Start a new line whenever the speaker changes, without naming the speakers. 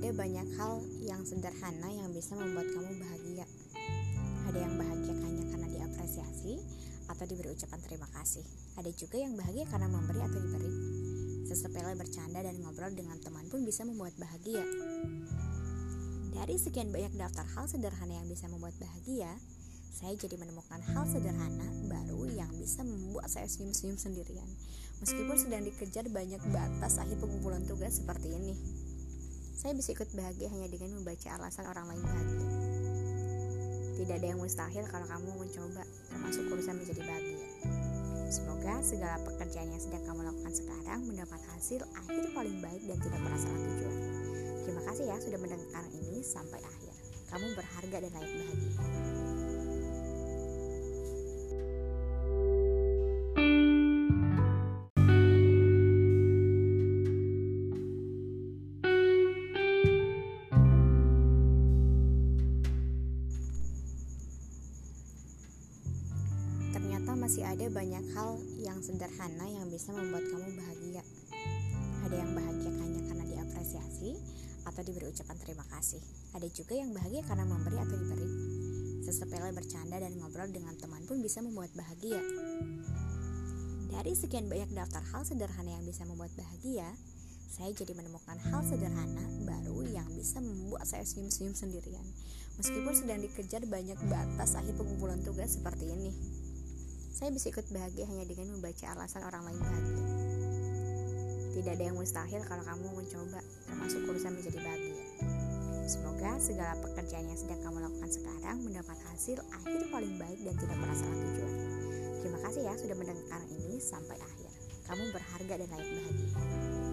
ada banyak hal yang sederhana yang bisa membuat kamu bahagia. Ada yang bahagia hanya karena diapresiasi atau diberi ucapan terima kasih. Ada juga yang bahagia karena memberi atau diberi. Sesepele bercanda dan ngobrol dengan teman pun bisa membuat bahagia. Dari sekian banyak daftar hal sederhana yang bisa membuat bahagia, saya jadi menemukan hal sederhana baru yang bisa membuat saya senyum-senyum sendirian. Meskipun sedang dikejar banyak batas akhir pengumpulan tugas seperti ini. Saya bisa ikut bahagia hanya dengan membaca alasan orang lain bahagia. Tidak ada yang mustahil kalau kamu mencoba, termasuk urusan menjadi bahagia. Semoga segala pekerjaan yang sedang kamu lakukan sekarang mendapat hasil akhir paling baik dan tidak pernah salah tujuan. Terima kasih ya sudah mendengar ini sampai akhir. Kamu berharga dan layak bahagia. Ternyata masih ada banyak hal yang sederhana yang bisa membuat kamu bahagia. Ada yang bahagia hanya karena diapresiasi atau diberi ucapan terima kasih. Ada juga yang bahagia karena memberi atau diberi. Sesepele bercanda dan ngobrol dengan teman pun bisa membuat bahagia. Dari sekian banyak daftar hal sederhana yang bisa membuat bahagia, saya jadi menemukan hal sederhana baru yang bisa membuat saya senyum-senyum sendirian. Meskipun sedang dikejar banyak batas akhir pengumpulan tugas seperti ini. Saya bisa ikut bahagia hanya dengan membaca alasan orang lain bahagia. Tidak ada yang mustahil kalau kamu mencoba, termasuk urusan menjadi bahagia. Semoga segala pekerjaan yang sedang kamu lakukan sekarang mendapat hasil akhir paling baik dan tidak pernah salah tujuan. Terima kasih ya sudah mendengar ini sampai akhir. Kamu berharga dan layak bahagia.